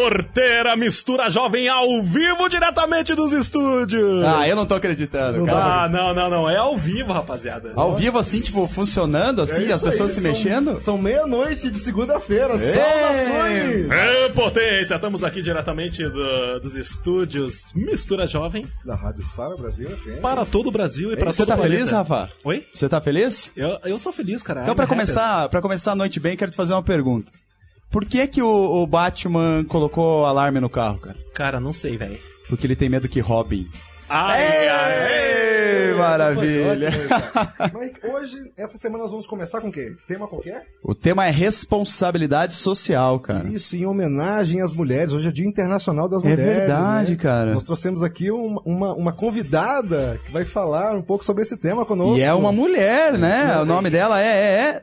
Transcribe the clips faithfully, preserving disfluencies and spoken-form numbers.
Porteira Mistura Jovem ao vivo diretamente dos estúdios. Ah, eu não tô acreditando, cara. Ah, não, não, não. É ao vivo, rapaziada. Ao vivo assim, tipo, funcionando assim, É as pessoas aí, se são, mexendo? São meia-noite de segunda-feira. Saudações! É, potência. Estamos aqui diretamente do, dos estúdios Mistura Jovem. Da Rádio Sara Brasil F M. Para todo o Brasil e para todo Você o tá planeta. feliz, Rafa? Oi? Você tá feliz? Eu, eu sou feliz, cara. Então, I'm pra a rapper. começar, pra começar a noite bem, quero te fazer uma pergunta. Por que que o, o Batman colocou alarme no carro, cara? Cara, não sei, velho. Porque ele tem medo que roubem. Ai, ai, Ei, maravilha. Mas hoje, essa semana nós vamos começar com o quê? Tema qualquer? O tema é responsabilidade social, cara. Isso, em homenagem às mulheres. Hoje é o Dia Internacional das É Mulheres. verdade, né? cara. Nós trouxemos aqui uma, uma, uma convidada que vai falar um pouco sobre esse tema conosco. E é uma mulher, né? O nome dela é, é, é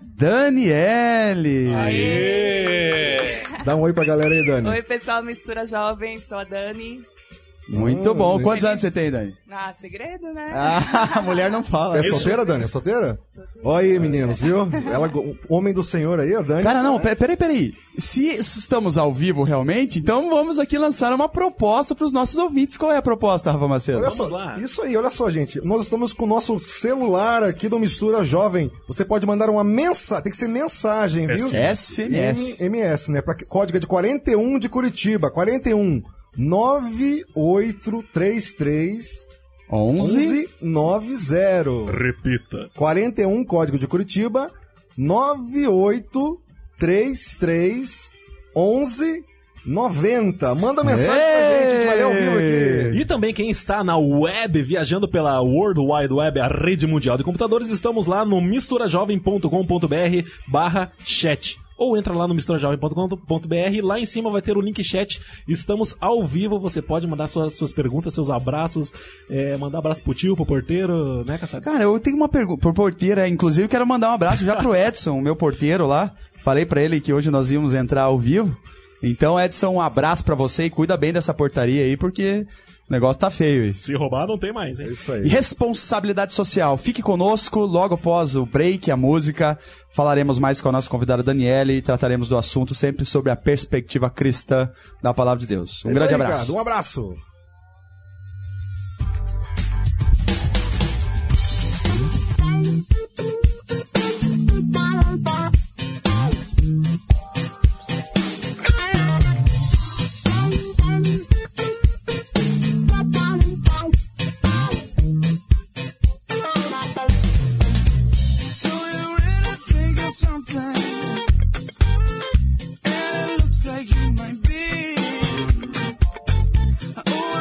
Daniele. Aê! Dá um oi pra galera aí, Dani. Oi, pessoal, Mistura Jovem, sou a Dani. Muito Hum, bom. né? Quantos anos você tem, Dani? Ah, segredo, né? Ah, a mulher não fala. É Isso. solteira, Dani? É solteira? Olha aí, meninos, viu? Ela, o homem do senhor aí, a Dani. Cara, não, pe- peraí, peraí. Se estamos ao vivo realmente, então vamos aqui lançar uma proposta para os nossos ouvintes. Qual é a proposta, Rafa Macedo? Olha Vamos só, lá. Isso aí, olha só, gente. Nós estamos com o nosso celular aqui do Mistura Jovem. Você pode mandar uma mensagem, tem que ser mensagem, viu? S M S. M- MS, né? Pra, código é de quarenta e um de Curitiba. quarenta e um nove oito três três onze. um um nove zero. Repita. quarenta e um, código de Curitiba, nove oito três três um um noventa. Manda mensagem pra gente, a gente vai ler ao vivo aqui. E também quem está na web, viajando pela World Wide Web, a rede mundial de computadores, estamos lá no misturajovem ponto com ponto br barra chat. Ou entra lá no misturajovem ponto com ponto br, lá em cima vai ter o link chat. Estamos ao vivo, você pode mandar suas, suas perguntas, seus abraços, é, mandar abraço pro tio, pro porteiro, né, Caçado? Cara, eu tenho uma pergunta pro porteiro, é, inclusive quero mandar um abraço já pro Edson, meu porteiro lá. Falei pra ele que hoje nós íamos entrar ao vivo. Então, Edson, um abraço pra você e cuida bem dessa portaria aí, porque o negócio tá feio aí. Se roubar, não tem mais, hein? É isso E aí. responsabilidade social. Fique conosco, logo após o break, a música, falaremos mais com a nossa convidada Daniele e trataremos do assunto sempre sobre a perspectiva cristã da Palavra de Deus. Um É isso grande aí, abraço. Ricardo, um abraço. So you really think of something, and it looks like you might be. Oh,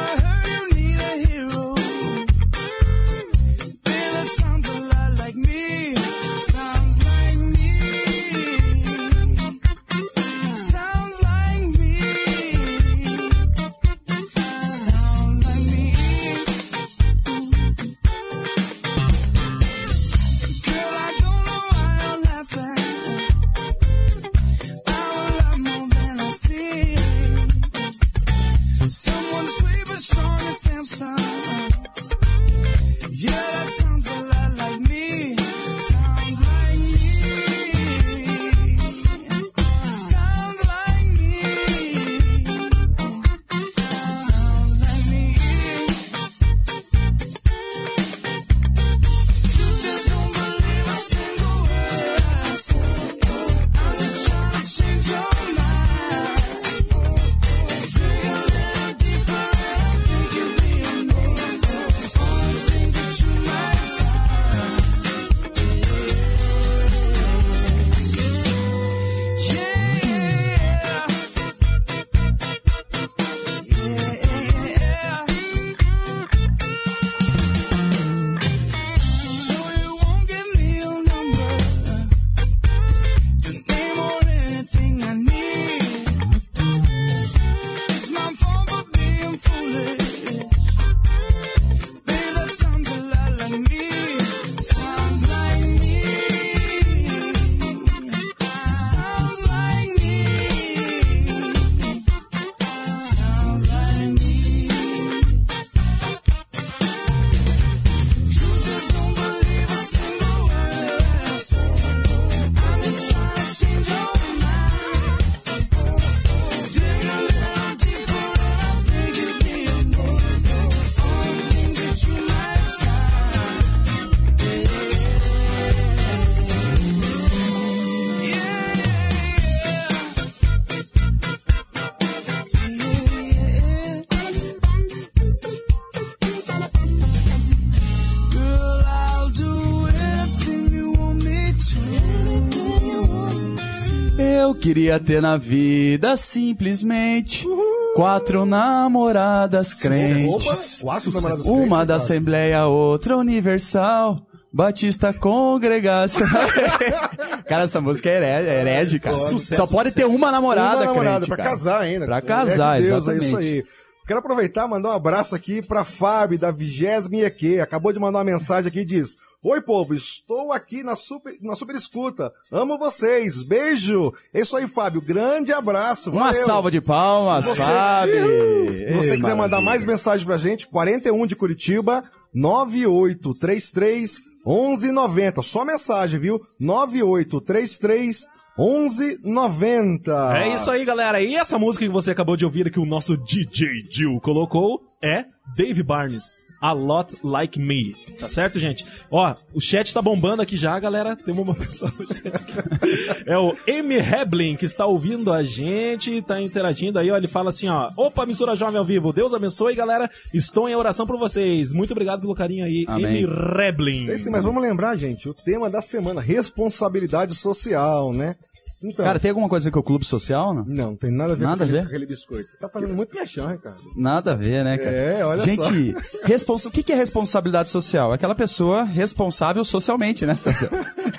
Eu queria ter na vida simplesmente quatro namoradas crentes. Opa, quatro namoradas Uma crentes, da cara. Assembleia, outra Universal, Batista Congregação. Cara, essa música é herege, é herege, cara. Sucesso, Só pode ter uma namorada, Uma namorada, crente, pra cara. casar ainda. Pra É casar, de Deus, exatamente. É isso aí. Quero aproveitar e mandar um abraço aqui pra Fábio, da vigésima I Q. Acabou de mandar uma mensagem aqui e diz: Oi, povo, estou aqui na super, na super escuta. Amo vocês. Beijo. É isso aí, Fábio. Grande abraço. Uma Valeu. salva de palmas, Você- Fábio. Se você Ei, quiser mandar maravilha. mais mensagem pra gente, quarenta e um de Curitiba, nove oito três três, onze noventa. Só mensagem, viu? nove oito três três, onze noventa. É isso aí, galera. E essa música que você acabou de ouvir que o nosso D J Jill colocou é Dave Barnes, A Lot Like Me. Tá certo, gente? Ó, o chat tá bombando aqui já, galera. Tem uma pessoa no chat aqui. É o Amy Heblin que está ouvindo a gente, tá interagindo aí, ó. Ele fala assim, ó: Opa, Mistura Jovem ao vivo. Deus abençoe, galera. Estou em oração por vocês. Muito obrigado pelo carinho aí, Amém. Amy Heblin. É isso, mas vamos lembrar, gente, o tema da semana, responsabilidade social, né? Então, Cara, tem alguma coisa a ver com o clube social, não? não, tem nada a ver Nada com, a aquele, ver? com aquele biscoito. Tá fazendo muito mexão, Ricardo. Nada a ver, né, cara? É, olha Gente, responsa... o que que é responsabilidade social? É aquela pessoa responsável socialmente, né, César?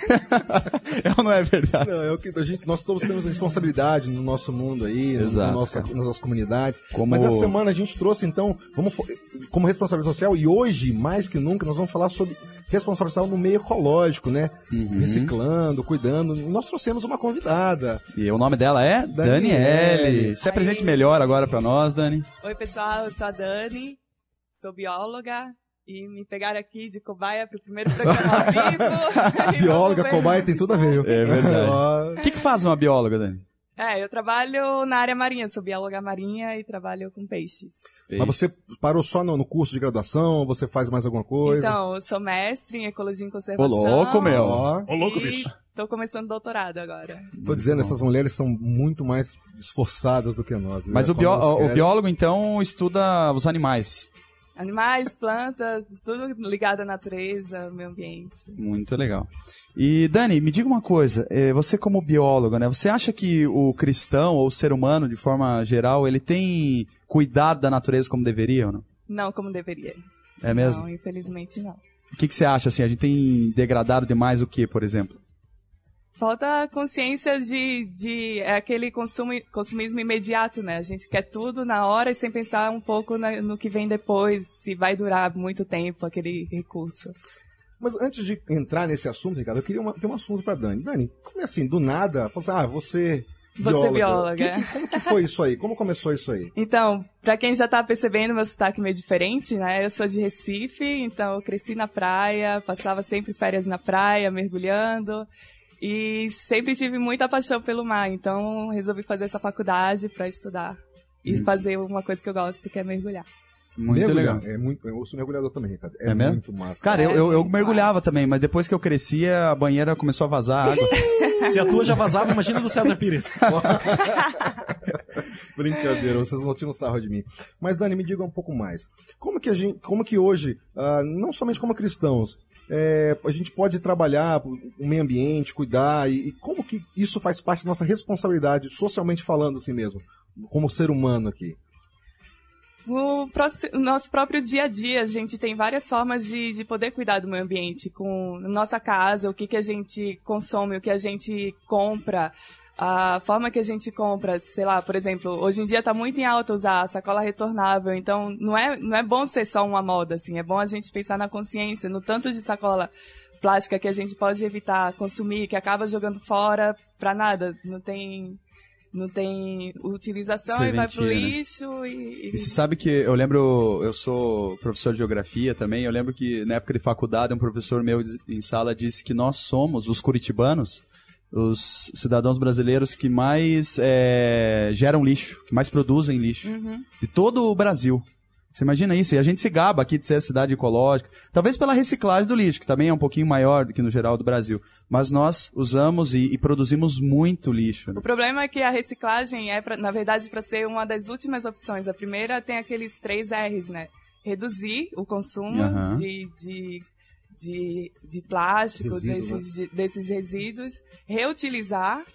É ou não é verdade? Não, é o que a gente, nós todos temos responsabilidade no nosso mundo aí, no- Exato, na nossa, cara. nas nossas comunidades. Como- Mas essa semana a gente trouxe, então, vamos, fo- como responsabilidade social, e hoje, mais que nunca, nós vamos falar sobre responsabilidade social no meio ecológico, né? Uhum. Reciclando, cuidando. Nós trouxemos uma convidada. E o nome dela é Daniele. Daniele. Se apresente melhor agora pra nós, Dani. Oi, pessoal, eu sou a Dani, sou bióloga e me pegaram aqui de cobaia pro primeiro programa ao vivo. E Bióloga, vamos ver. cobaia, tem tudo a ver. viu? É verdade. Ó, O que que faz uma bióloga, Dani? É, eu trabalho na área marinha, sou bióloga marinha e trabalho com peixes. Mas você parou só no, no curso de graduação? Você faz mais alguma coisa? Então, eu sou mestre em ecologia e Ô, conservação. louco, meu. Ó, Ô, louco, e bicho. tô começando doutorado agora. tô dizendo, essas mulheres são muito mais esforçadas do que nós. viu? Mas o, bió- Quando elas o querem- biólogo, então, estuda os animais. Animais, plantas, tudo ligado à natureza, ao meio ambiente. Muito legal. E, Dani, me diga uma coisa. eh, Você como bióloga, né? Você acha que o cristão ou o ser humano, de forma geral, ele tem cuidado da natureza como deveria ou não? Não como deveria. É mesmo? Não, infelizmente não. O que, que você acha, assim? A gente tem degradado demais o que, por exemplo? Falta consciência de, de é aquele consumo, consumismo imediato, né? A gente quer tudo na hora e sem pensar um pouco na- no que vem depois, se vai durar muito tempo aquele recurso. Mas antes de entrar nesse assunto, Ricardo, eu queria uma, ter um assunto pra Dani. Dani, como é assim, do nada, falou assim, ah, você... Você bióloga. Que- que- como que foi isso aí? Como começou isso aí? Então, pra quem já tá percebendo, meu sotaque meio diferente, né? Eu sou de Recife, então eu cresci na praia, passava sempre férias na praia, mergulhando. E sempre tive muita paixão pelo mar, então resolvi fazer essa faculdade pra estudar. E fazer uma coisa que eu gosto, que é mergulhar. Muito Mergulhar. legal. É muito, eu sou mergulhador também, Ricardo. É, É mesmo? muito massa. Cara, eu, É, eu, eu muito mergulhava massa. também, mas depois que eu crescia, a banheira começou a vazar água. Se a tua já vazava, imagina do César Pires. Brincadeira, vocês não tiram sarro de mim. Mas, Dani, me diga um pouco mais. Como que, a gente, como que hoje, ah, não somente como cristãos, é, a gente pode trabalhar o meio ambiente, cuidar, e, e como que isso faz parte da nossa responsabilidade, socialmente falando assim mesmo, como ser humano aqui? No próximo- no nosso próprio dia a dia, a gente tem várias formas de, de poder cuidar do meio ambiente, com nossa casa, o que, que a gente consome, o que a gente compra, a forma que a gente compra, sei lá, por exemplo, hoje em dia está muito em alta usar a sacola retornável, então não é, não é bom ser só uma moda, assim, é bom a gente pensar na consciência, no tanto de sacola plástica que a gente pode evitar consumir, que acaba jogando fora pra nada, não tem... Não tem utilização e vai pro Serventia, né? lixo e... E você sabe que eu lembro, eu sou professor de geografia também, eu lembro que na época de faculdade um professor meu em sala disse que nós somos, os curitibanos, os cidadãos brasileiros que mais é, geram lixo, que mais produzem lixo, Uhum. de todo o Brasil. Você imagina isso? E a gente se gaba aqui de ser a cidade ecológica, talvez pela reciclagem do lixo, que também é um pouquinho maior do que no geral do Brasil, mas nós usamos e, e produzimos muito lixo, né? O problema é que a reciclagem é, pra, na verdade, para ser uma das últimas opções. A primeira tem aqueles três R's, né? Reduzir o consumo Aham. de, de, de, de plástico, Resíduo, desses, de- desses resíduos, reutilizar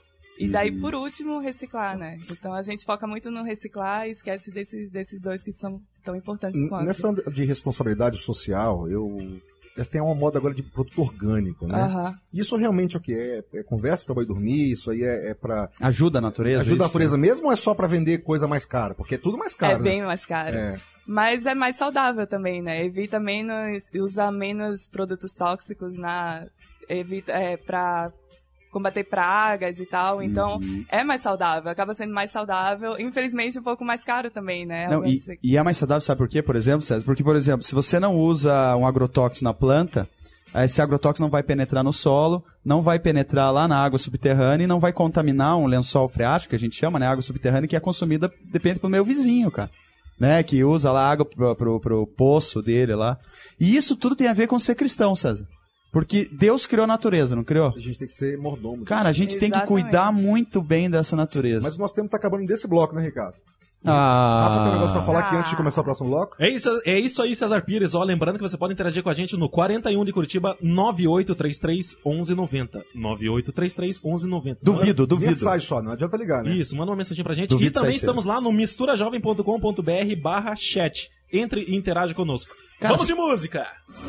E daí, por último, reciclar, né? Então a gente foca muito no reciclar e esquece desses, desses dois que são tão importantes quanto. Nessa de responsabilidade social, eu... tem uma moda agora de produto orgânico, né? Aham. Isso realmente é o que? É, é conversa pra boi dormir? Isso aí é, é pra... Ajuda a natureza? Ajuda a isso? natureza mesmo ou é só pra vender coisa mais cara? Porque é tudo mais caro, É né? bem mais caro. É. Mas é mais saudável também, né? Evita menos, usa menos produtos tóxicos na, evita, é, pra combater pragas e tal. Então, Uhum. é mais saudável. Acaba sendo mais saudável. Infelizmente, um pouco mais caro também, né? Não, e, Algumas- e é mais saudável, sabe por quê, por exemplo, César? Porque, por exemplo, se você não usa um agrotóxico na planta, esse agrotóxico não vai penetrar no solo, não vai penetrar lá na água subterrânea e não vai contaminar um lençol freático, que a gente chama, né? Água subterrânea, que é consumida, depende do meu vizinho, cara. Né? Que usa lá água pro, pro, pro poço dele lá. E isso tudo tem a ver com ser cristão, César. Porque Deus criou a natureza, não criou? A gente tem que ser mordomo. Cara, a gente tem que Exatamente. cuidar muito bem dessa natureza. Mas o nosso tempo tá acabando desse bloco, né, Ricardo? Ah, Rafa, tem um negócio pra falar aqui Ah. antes de começar o próximo bloco? É isso, é isso aí, César Pires. Ó, lembrando que você pode interagir com a gente no quarenta e um de Curitiba, nove oito três três, onze noventa. nove oito três três, onze noventa. duvido, duvido. Mensagem só, não adianta ligar, né? Isso, manda uma mensagem pra gente. Duvido e também sair cedo. estamos lá no misturajovem.com.br barra chat. Entre e interage conosco. Cara, Vamos de música!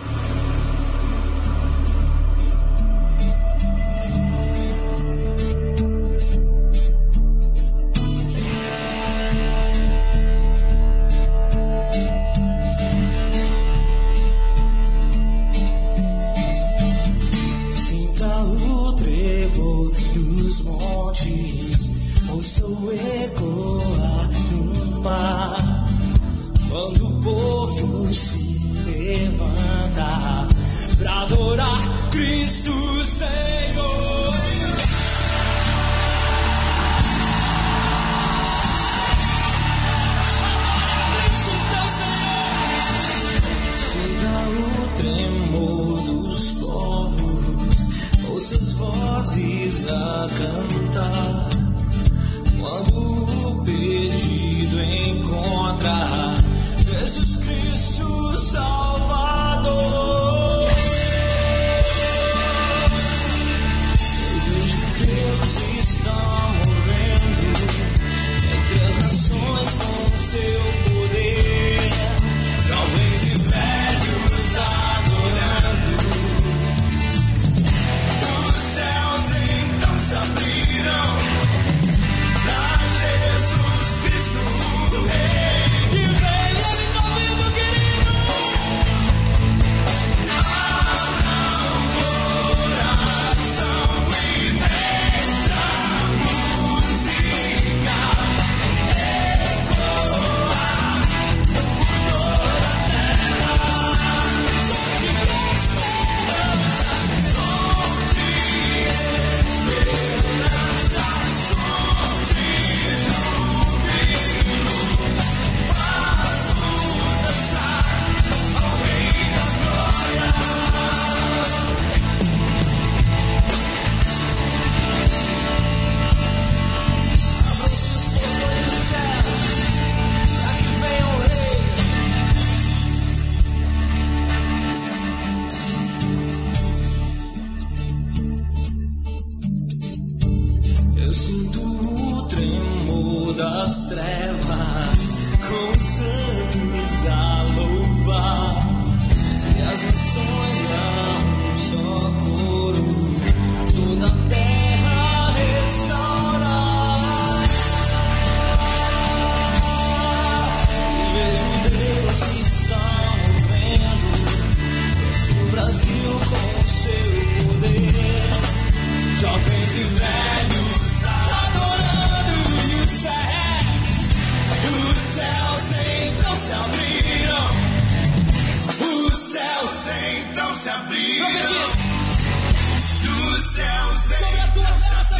Sinta o tremor dos montes, ouça o ecoar do mar. Quando o povo se levanta pra adorar Cristo Senhor. Sinta o tremor dos povos, ouça as vozes a cantar. Quando o perdido encontra Jesus Cristo Salvador. Eu vejo Deus está movendo entre as nações com seu poder. Jovens e velhos adorando. Os céus então se abrirão pra Jesus Cristo o Rei. Que vem, ele tá vindo, querido. Abra o coração e deixa a música ecoar por toda a terra. Som de esperança, som de esperança, som de júbilo, faz-nos dançar ao Rei da Glória. Abram-se os portões do céu, pra que venha o Rei. Eu sinto o tremor das trevas, com os santos a louvar, e as nações a um só coro, toda a terra restaurar. E vejo Deus está movendo, desce o Brasil com seu poder. Jovens e velhos adorando, e os céus, os céus então se abriram. Os céus então se abriram. Os céus sobre a tua casa,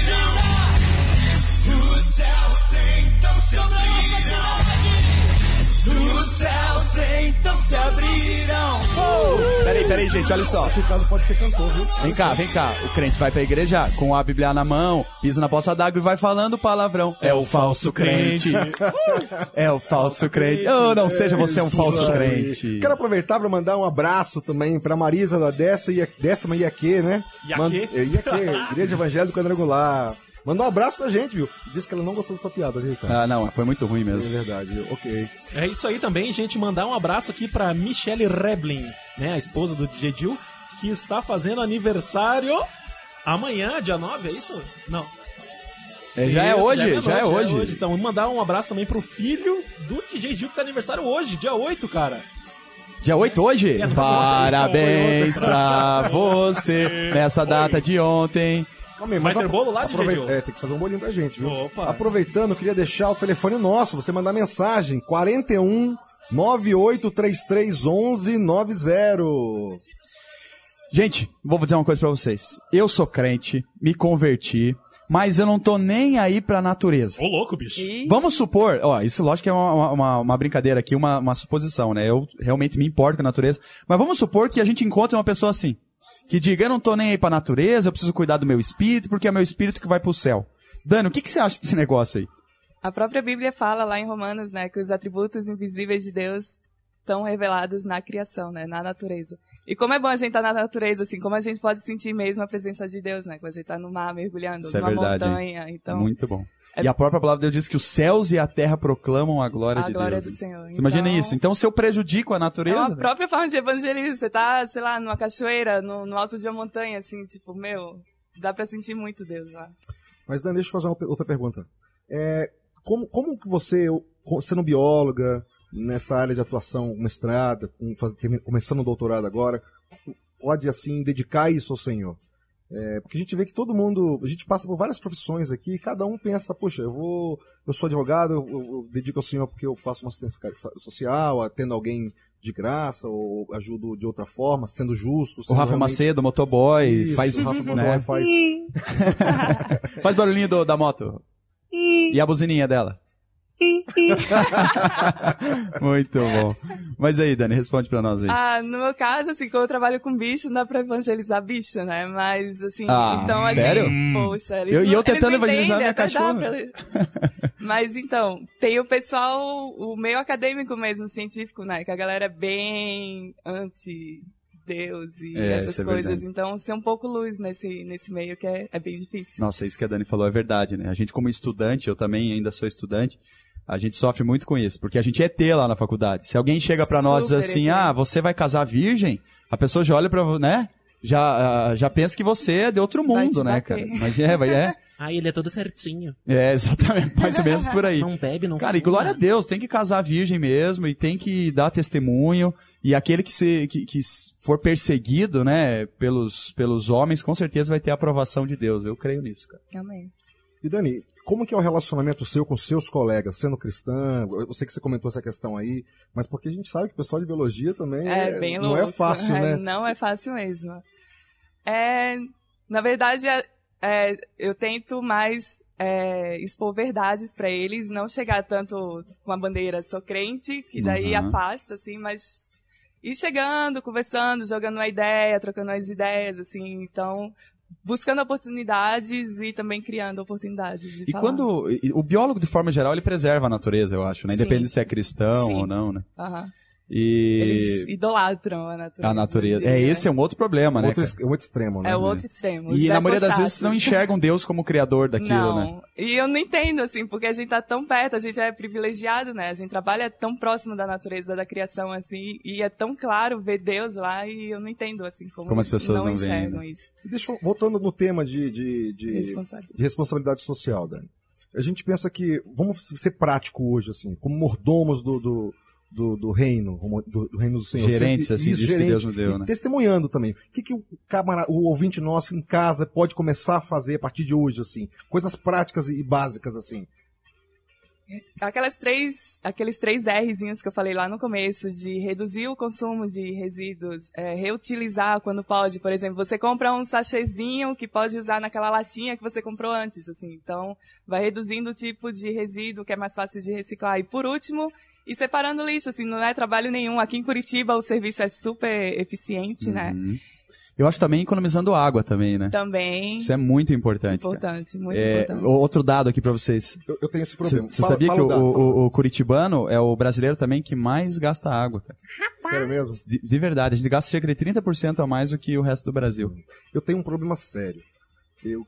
os céus então se abriram. Os céus então se abriram. Peraí, peraí, gente, olha só. Esse caso pode ser cantor, viu? Vem cá, vem cá. O crente vai pra igreja com a Bíblia na mão, pisa na poça d'água e vai falando palavrão. É o falso crente. É o falso crente. Oh, não seja você um falso crente. Quero aproveitar para mandar um abraço também para Marisa da décima, décima I A Q, né? I A Q? Mand- é, I A Q, Igreja Evangélica Quadrangular. Mandou um abraço pra gente, viu? Disse que ela não gostou da sua piada, viu, Ricardo? Ah, não, foi muito ruim É mesmo. verdade, viu? Ok. É isso aí também, gente. Mandar um abraço aqui pra Michelle Reblin, né? A esposa do D J Dil, que está fazendo aniversário amanhã, dia nove, é isso? Não. É, já é Isso, hoje, meia-noite, já é hoje. Então, mandar um abraço também pro filho do D J Dil, que tá aniversário hoje, dia oito, cara. Dia oito hoje? É, não Parabéns foi ontem. pra você nessa data de ontem. Calma aí, Vai ter apro- bolo lá, D J aproveita- Dil? É, tem que fazer um bolinho pra gente, viu? Opa. Aproveitando, eu queria deixar o telefone nosso, você mandar mensagem, quarenta e um, nove oito três três, onze, noventa. Gente, vou dizer uma coisa pra vocês. Eu sou crente, me converti, mas eu não tô nem aí pra natureza. Ô, louco, bicho. E Vamos supor, ó, isso lógico que é uma, uma, uma brincadeira aqui, uma, uma suposição, né? Eu realmente me importo com a natureza. Mas vamos supor que a gente encontre uma pessoa assim, que diga, eu não tô nem aí pra natureza, eu preciso cuidar do meu espírito, porque é meu espírito que vai pro céu. Dani, o que, que você acha desse negócio aí? a própria Bíblia fala lá em Romanos, né, que os atributos invisíveis de Deus estão revelados na criação, né, na natureza. E como é bom a gente estar na natureza, assim, como a gente pode sentir mesmo a presença de Deus, né, quando a gente tá no mar mergulhando, Isso é numa verdade, hein? montanha, então Muito bom. é- E a própria palavra de Deus diz que os céus e a terra proclamam a glória a de glória Deus. do hein? Senhor. Você imagina Então, isso? Então, se eu prejudico a É natureza... uma velho, própria forma de evangelismo. Você tá, sei lá, numa cachoeira, no, no alto de uma montanha, assim, tipo, meu, dá pra sentir muito Deus lá. Mas, Dan, deixa eu fazer uma pe- outra pergunta. É, como, como que você, co- sendo bióloga, nessa área de atuação, mestrada, com- faz- termi- começando o doutorado agora, pode, assim, dedicar isso ao Senhor? É, porque a gente vê que todo mundo, a gente passa por várias profissões aqui, e cada um pensa, poxa, eu vou, eu sou advogado, eu, eu- eu dedico ao Senhor porque eu faço uma assistência ca- social, atendo alguém de graça, ou ajudo de outra forma, sendo justo. O sendo Rafa realmente- Macedo, motoboy, Isso, faz, o Rafa né? Godoy faz. faz barulhinho do- da moto. E a buzininha dela. Muito bom. Mas aí, Dani, responde pra nós aí. Ah, no meu caso, assim, como eu trabalho com bicho, não dá pra evangelizar bicho, né? Mas, assim, Ah, então, assim, sério? poxa, eles Eu- e não- eu tentando eles não evangelizar entendem, minha até dá cachorra. pra- Mas, então, tem o pessoal, o meio acadêmico mesmo, científico, né? Que a galera é bem anti-Deus e É, essas isso é coisas. verdade. Então, ser um pouco luz nesse, nesse meio que é, é bem difícil. Nossa, isso que a Dani falou é verdade, né? A gente como estudante, eu também ainda sou estudante, a gente sofre muito com isso, porque a gente é T lá na faculdade. Se alguém chega pra nós e diz Super assim, E T. ah, você vai casar virgem, a pessoa já olha pra, vo- né? Já, ah, já pensa que você é de outro Vai mundo, te né, bater. cara? Mas é, vai, é, Ah, ele é todo certinho. é exatamente, mais ou menos por aí. Não bebe, não Cara, e fuma. glória a Deus, tem que casar virgem mesmo, e tem que dar testemunho, e aquele que, se, que, que for perseguido, né, pelos, pelos homens, com certeza vai ter a aprovação de Deus. Eu creio nisso, cara. Amém. E Dani, como que é o relacionamento seu com seus colegas, sendo cristã? Eu sei que você comentou essa questão aí, mas porque a gente sabe que o pessoal de biologia também É, é- bem não louco. é fácil, É, né? Não é fácil mesmo. É, na verdade, é, é, eu tento mais é, expor verdades pra eles, não chegar tanto com a bandeira sou crente, que daí Uhum. afasta, assim, mas ir chegando, conversando, jogando uma ideia, trocando as ideias, assim, então buscando oportunidades e também criando oportunidades de E falar. quando. e- O biólogo, de forma geral, ele preserva a natureza, eu acho, né? Sim. Independente se é cristão Sim. ou não, né? Aham. E. Eles idolatram a natureza. A natureza. eu É, diria. esse é um outro problema, né? Outro, cara? es- é um outro extremo, né? É o outro extremo. E os na maioria das ecochatos. vezes não enxergam Deus como criador daquilo, não. né? E eu não entendo, assim, porque a gente tá tão perto, a gente é privilegiado, né? A gente trabalha tão próximo da natureza, da criação, assim, e é tão claro ver Deus lá, e eu não entendo, assim, como, Como as eles pessoas não, não veem, enxergam né? isso. E deixa eu, voltando no tema de, de, de, Responsável. de responsabilidade social, Dani. A gente pensa que, vamos ser prático hoje, assim, como mordomos do, do, do, do reino, do, do reino do Senhor. Gerentes, Sempre- assim, isso, disso que gerente, Deus nos deu, e né? testemunhando também. O que, que o, camara, o ouvinte nosso em casa pode começar a fazer a partir de hoje, assim? Coisas práticas e básicas, assim. Aquelas três, aqueles três Rzinhos que eu falei lá no começo, de reduzir o consumo de resíduos, é, reutilizar quando pode. Por exemplo, você compra um sachêzinho que pode usar naquela latinha que você comprou antes, assim. Então, vai reduzindo o tipo de resíduo que é mais fácil de reciclar. E por último, e separando o lixo, assim, não é trabalho nenhum. Aqui em Curitiba o serviço é super eficiente, né? Uhum. Eu acho também economizando água também, né? Também Isso é muito importante. cara. importante, muito É, importante. outro dado aqui pra vocês. Eu, eu tenho esse problema. Você Fala- sabia fala que o, dado, fala. o- o curitibano é o brasileiro também que mais gasta água, cara? Sério mesmo? De, de verdade, a gente gasta cerca de trinta por cento a mais do que o resto do Brasil. Eu tenho um problema sério. Eu, que eu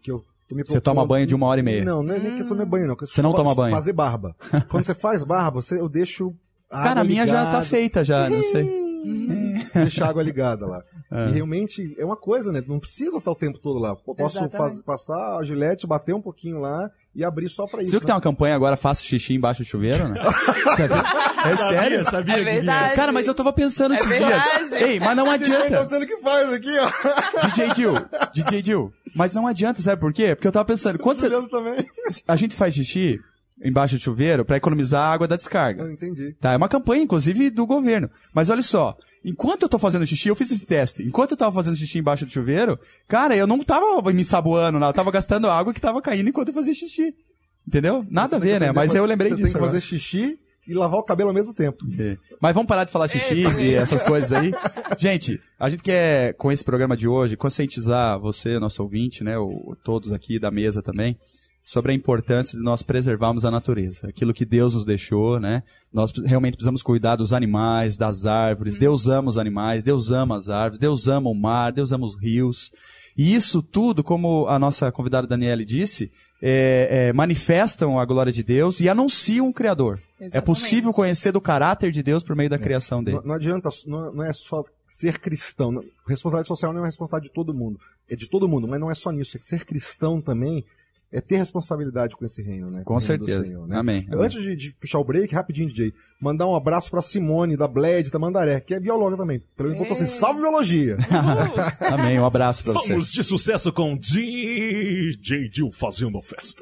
tô me Você toma propondo- banho de uma hora e meia. Não, não é nem questão de banho, não. Você não toma banho? Fazer barba. Quando você faz barba, você, eu deixo a Cara, a água minha já ligada, tá feita já, não sei. deixa a água ligada lá. É. E realmente é uma coisa, né? Não precisa estar o tempo todo lá. Eu posso Exatamente. faz- passar a gilete, bater um pouquinho lá e abrir só pra isso. Você viu que tem né? uma campanha agora, faça xixi embaixo do chuveiro, né? É sério? Sabia É que vinha. verdade. Cara, mas eu tava pensando É esses verdade. dias. Ei, mas não Ele tá adianta. dizendo que faz aqui, ó. D J Dil, D J Dil. Mas não adianta, sabe por quê? Porque eu tava pensando, quando você... Juliano também. a gente faz xixi embaixo do chuveiro pra economizar a água da descarga. Eu entendi. Tá, é uma campanha, inclusive, do governo. Mas olha só, enquanto eu tô fazendo xixi, eu fiz esse teste. Enquanto eu tava fazendo xixi embaixo do chuveiro, cara, eu não tava me ensaboando, não. Eu tava gastando água que tava caindo enquanto eu fazia xixi. Entendeu? Nada a ver, né? Mas eu lembrei Você disso. tem que agora. fazer xixi e lavar o cabelo ao mesmo tempo. É. Mas vamos parar de falar xixi e essas coisas aí. Gente, a gente quer, com esse programa de hoje, conscientizar você, nosso ouvinte, né, o, todos aqui da mesa também, sobre a importância de nós preservarmos a natureza. Aquilo que Deus nos deixou, né? Nós realmente precisamos cuidar dos animais, das árvores. Deus ama os animais, Deus ama as árvores, Deus ama o mar, Deus ama os rios. E isso tudo, como a nossa convidada Daniele disse, é, é, manifestam a glória de Deus e anunciam o Criador. Exatamente. É possível conhecer do caráter de Deus por meio da criação dele. Não, não adianta, não, não é só ser cristão. Não, responsabilidade social não é uma responsabilidade de todo mundo. É de todo mundo, mas não é só nisso. É que ser cristão também é ter responsabilidade com esse reino, né? Com o reino do certeza. Senhor, né? Amém, amém. Antes de, de puxar o break, rapidinho, D J, mandar um abraço pra Simone, da Bled, da Mandaré, que é bióloga também. Pelo menos botou assim, salve biologia! Amém, um abraço pra você. Vamos de sucesso com D J Dil fazendo a festa.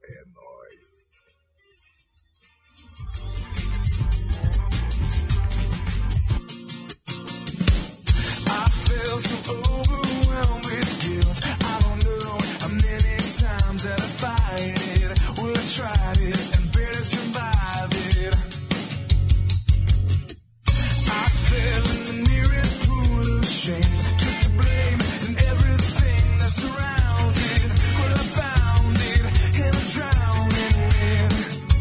I feel so overwhelmed with guilt. I don't know how many times that I fight it. Well, I tried it and barely survived it. I fell in the nearest pool of shame. Took the blame and everything that surrounds it. Well, I found it and I'm drowning in.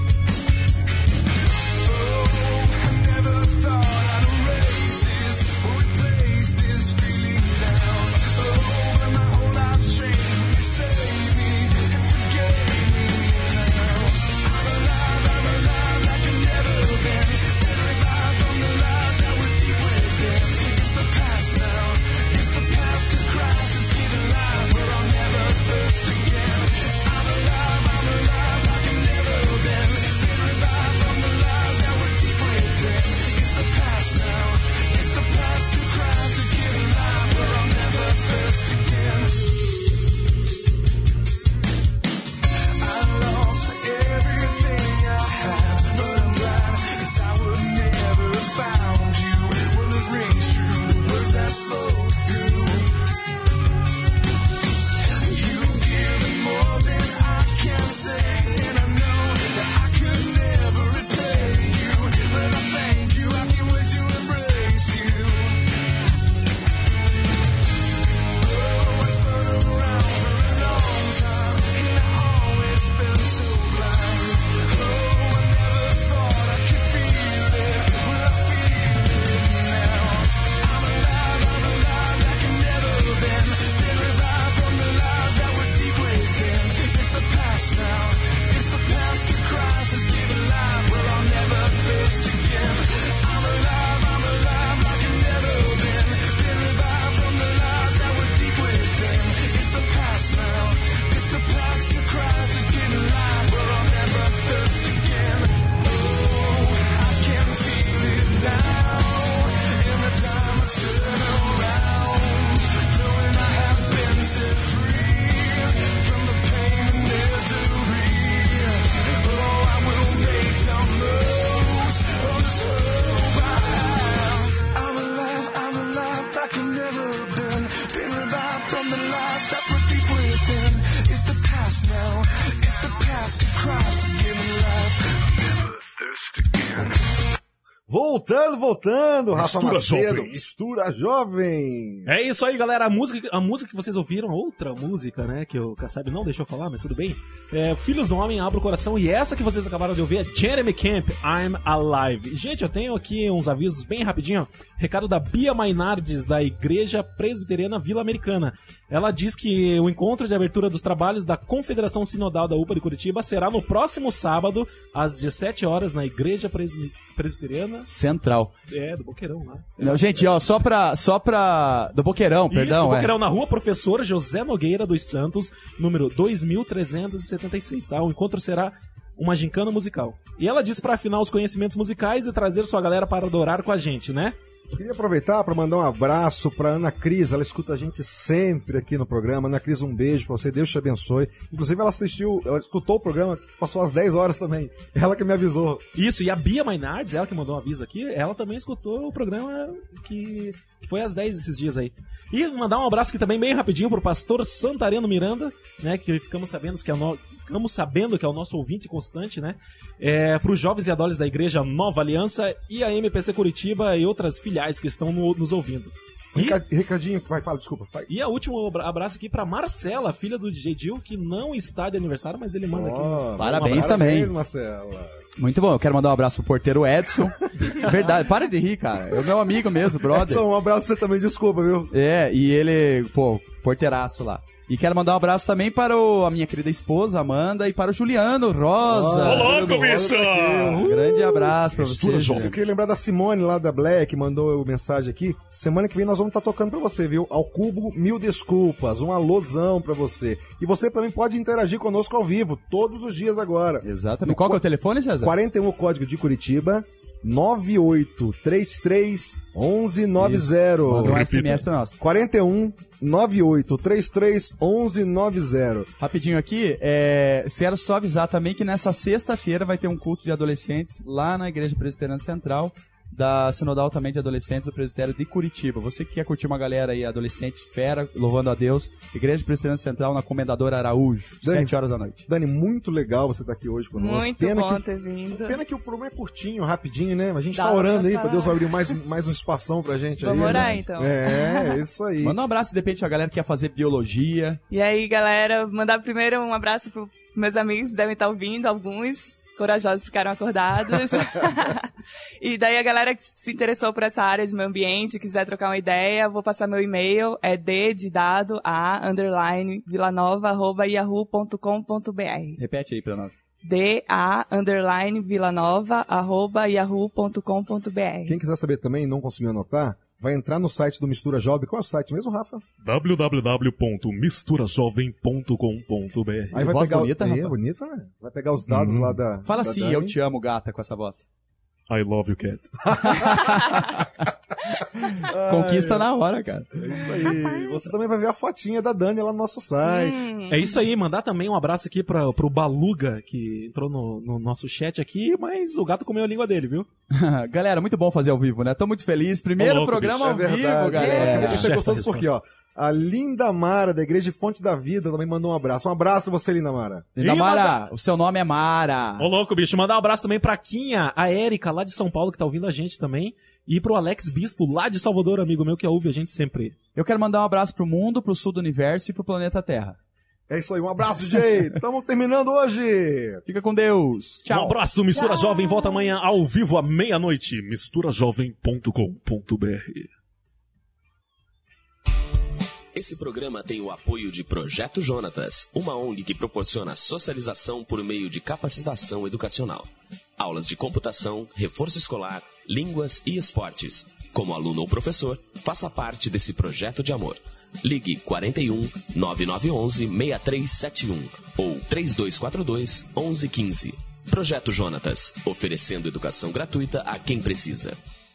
Oh, I never thought I'd erase this or replace this feeling down. Oh, and my whole life's changed when you saved me and forgave me now. I'm alive, I'm alive like I've never been. Been revived from the lies that were deep within. It's the past now, it's the past 'cause Christ is giving life where I'll never thirst again. I'm alive, I'm alive like I've never been. Been revived from the lies that were deep within. It's the past now, it's the past 'cause Christ is giving life where I'll never thirst again. I lost everything I had, but I'm glad 'cause I would never have found you. Well, it rings true, the words that spoke through. You've given more than I can say, and I know that I could never repay you. But I thank you, I can't wait to embrace you. Oh, I spun around for a long time, and I always felt so blind. Oh, I never thought I could feel it, but I feel it now. I'm alive, I'm alive like I've never been. Been revived from the lies that were deep within. It's the past now, it's the past 'cause Christ has given life where I'll never thirst again. I'm alive, I'm alive like I've never been. Been revived from the lies that were deep within. It's the past now, it's the past 'cause Christ has given life where I'll never thirst again. Oh, I can feel it now. Every time I turn around, knowing I have been set free from the pain and misery. Oh, I will make the most of this hope I have. I'm alive, I'm alive like I've never been. Been revived from the lies that were deep within. It's the past now, it's the past 'cause Christ has given life. I'll never thirst again. voltando, voltando, Rafa Mistura Macedo. Jovem. Mistura Jovem. É isso aí, galera. A música, a música que vocês ouviram, outra música, né, que o Kassab não deixou falar, mas tudo bem. É Filhos do Homem, Abra o Coração. E essa que vocês acabaram de ouvir é Jeremy Camp, I'm Alive. Gente, eu tenho aqui uns avisos bem rapidinho. Recado da Bia Mainardes, da Igreja Presbiteriana Vila Americana. Ela diz que o encontro de abertura dos trabalhos da Confederação Sinodal da U P A de Curitiba será no próximo sábado, às dezessete horas, na Igreja Presbi- Presbiteriana Central. é, do Boqueirão lá. Sei Não, lá. gente, ó, só pra, só pra... Do Boqueirão, Isso, perdão. do é. Boqueirão, na rua Professor José Nogueira dos Santos, número dois mil trezentos e setenta e seis, tá? O encontro será uma gincana musical. E ela disse pra afinar os conhecimentos musicais e trazer sua galera para adorar com a gente, né? Queria aproveitar para mandar um abraço para Ana Cris, ela escuta a gente sempre aqui no programa. Ana Cris, um beijo para você, Deus te abençoe. Inclusive ela assistiu, ela escutou o programa, passou às dez horas também. Ela que me avisou. Isso, e a Bia Mainardes, ela que mandou um aviso aqui, ela também escutou o programa que foi às dez esses dias aí. E mandar um abraço aqui também bem rapidinho pro pastor Santareno Miranda, né, que ficamos sabendo que é o, no... ficamos sabendo que é o nosso ouvinte constante, né, é, pros jovens e adolescentes da Igreja Nova Aliança e a M P C Curitiba e outras filiais que estão no- nos ouvindo. E, Reca- Recadinho, vai, fala, desculpa. Vai. e a último abra- abraço aqui pra Marcela, filha do D J Dil, que não está de aniversário, mas ele manda aqui. Ó, Parabéns um também. Parabéns, Marcela. Muito bom, eu quero mandar um abraço pro porteiro Edson. Verdade, para de rir, cara. É o meu amigo mesmo, brother. Edson, um abraço pra você também, desculpa, viu? É, e ele, pô, porteiraço lá. E quero mandar um abraço também para o- a minha querida esposa, Amanda, e para o Juliano Rosa. Ô, louco, bicho! Um grande abraço pra você. Eu Juliano. queria lembrar da Simone lá da Black, mandou mensagem aqui. Semana que vem nós vamos estar tocando pra você, viu? Ao Cubo, mil desculpas, um alôzão pra você. E você também pode interagir conosco ao vivo, todos os dias agora. Exatamente. Qual que é o telefone, César? quarenta e um o código de Curitiba, nove oito três três um um nove zero. Manda um S M S pra nós. quarenta e um nove oito três três um um nove zero. Rapidinho aqui, é, quero só avisar também que nessa sexta-feira vai ter um culto de adolescentes lá na Igreja Presbiteriana Central, da Sinodal também de Adolescentes do Presbitério de Curitiba. Você que quer curtir uma galera aí, adolescente, fera, louvando a Deus, Igreja Presbiteriana Central na Comendador Araújo, Dani, sete horas da noite. Dani, muito legal você estar aqui hoje conosco. Muito Pena bom que, ter vindo. Pena que o programa é curtinho, rapidinho, né? A gente Dá tá orando pra aí pra falar. Deus abrir mais, mais um espação pra gente aí. Vamos orar, né? então. É, isso aí. Manda um abraço, de repente, a galera que quer fazer biologia. E aí, galera, mandar primeiro um abraço pros meus amigos, devem estar ouvindo, alguns corajosos ficaram acordados. E daí a galera que se interessou por essa área de meio ambiente, quiser trocar uma ideia, vou passar meu e-mail, é d de dado, a, underline, vilanova, arroba, yahoo ponto com ponto br. Repete aí pra nós. d, a, underline, vilanova, arroba, yahoo ponto com ponto br. Quem quiser saber também e não conseguiu anotar, vai entrar no site do Mistura Jovem. Qual é o site mesmo, Rafa? w w w ponto mistura jovem ponto com ponto b r. Aí vai voz pegar bonita, o... É, Rafa? bonita, né? Vai pegar os dados lá da... Fala da assim, Dani. eu te amo, gata, com essa voz. I love you, cat. Conquista na hora, cara. É isso aí. Você também vai ver a fotinha da Dani lá no nosso site. Hum, É isso aí, mandar também um abraço aqui pra, pro Baluga, que entrou no, no nosso chat aqui, mas o gato comeu a língua dele, viu? Galera, muito bom fazer ao vivo, né? Tô muito feliz. Primeiro Ô, louco, programa bicho, ao vivo, É, galera. isso é Chefe gostoso da porque, ó, a Linda Mara, da Igreja Fonte da Vida, também mandou um abraço. Um abraço pra você, Linda Mara. Linda Ih, Mara, o seu nome é Mara. Ô louco, bicho, mandar um abraço também pra Quinha, a Érica, lá de São Paulo, que tá ouvindo a gente também, e pro Alex Bispo, lá de Salvador, amigo meu, que ouve a gente sempre. Eu quero mandar um abraço pro mundo, pro sul do universo e pro planeta Terra. É isso aí, um abraço, D J. Estamos terminando hoje. Fica com Deus. Tchau. Um abraço, Mistura Jovem, volta amanhã ao vivo à meia-noite, mistura jovem ponto com ponto b r. Esse programa tem o apoio de Projeto Jonatas, uma O N G que proporciona socialização por meio de capacitação educacional. Aulas de computação, reforço escolar, línguas e esportes. Como aluno ou professor, faça parte desse projeto de amor. Ligue quarenta e um, nove nove um um, seis três sete um ou três dois quatro dois, onze quinze. Projeto Jonatas, oferecendo educação gratuita a quem precisa.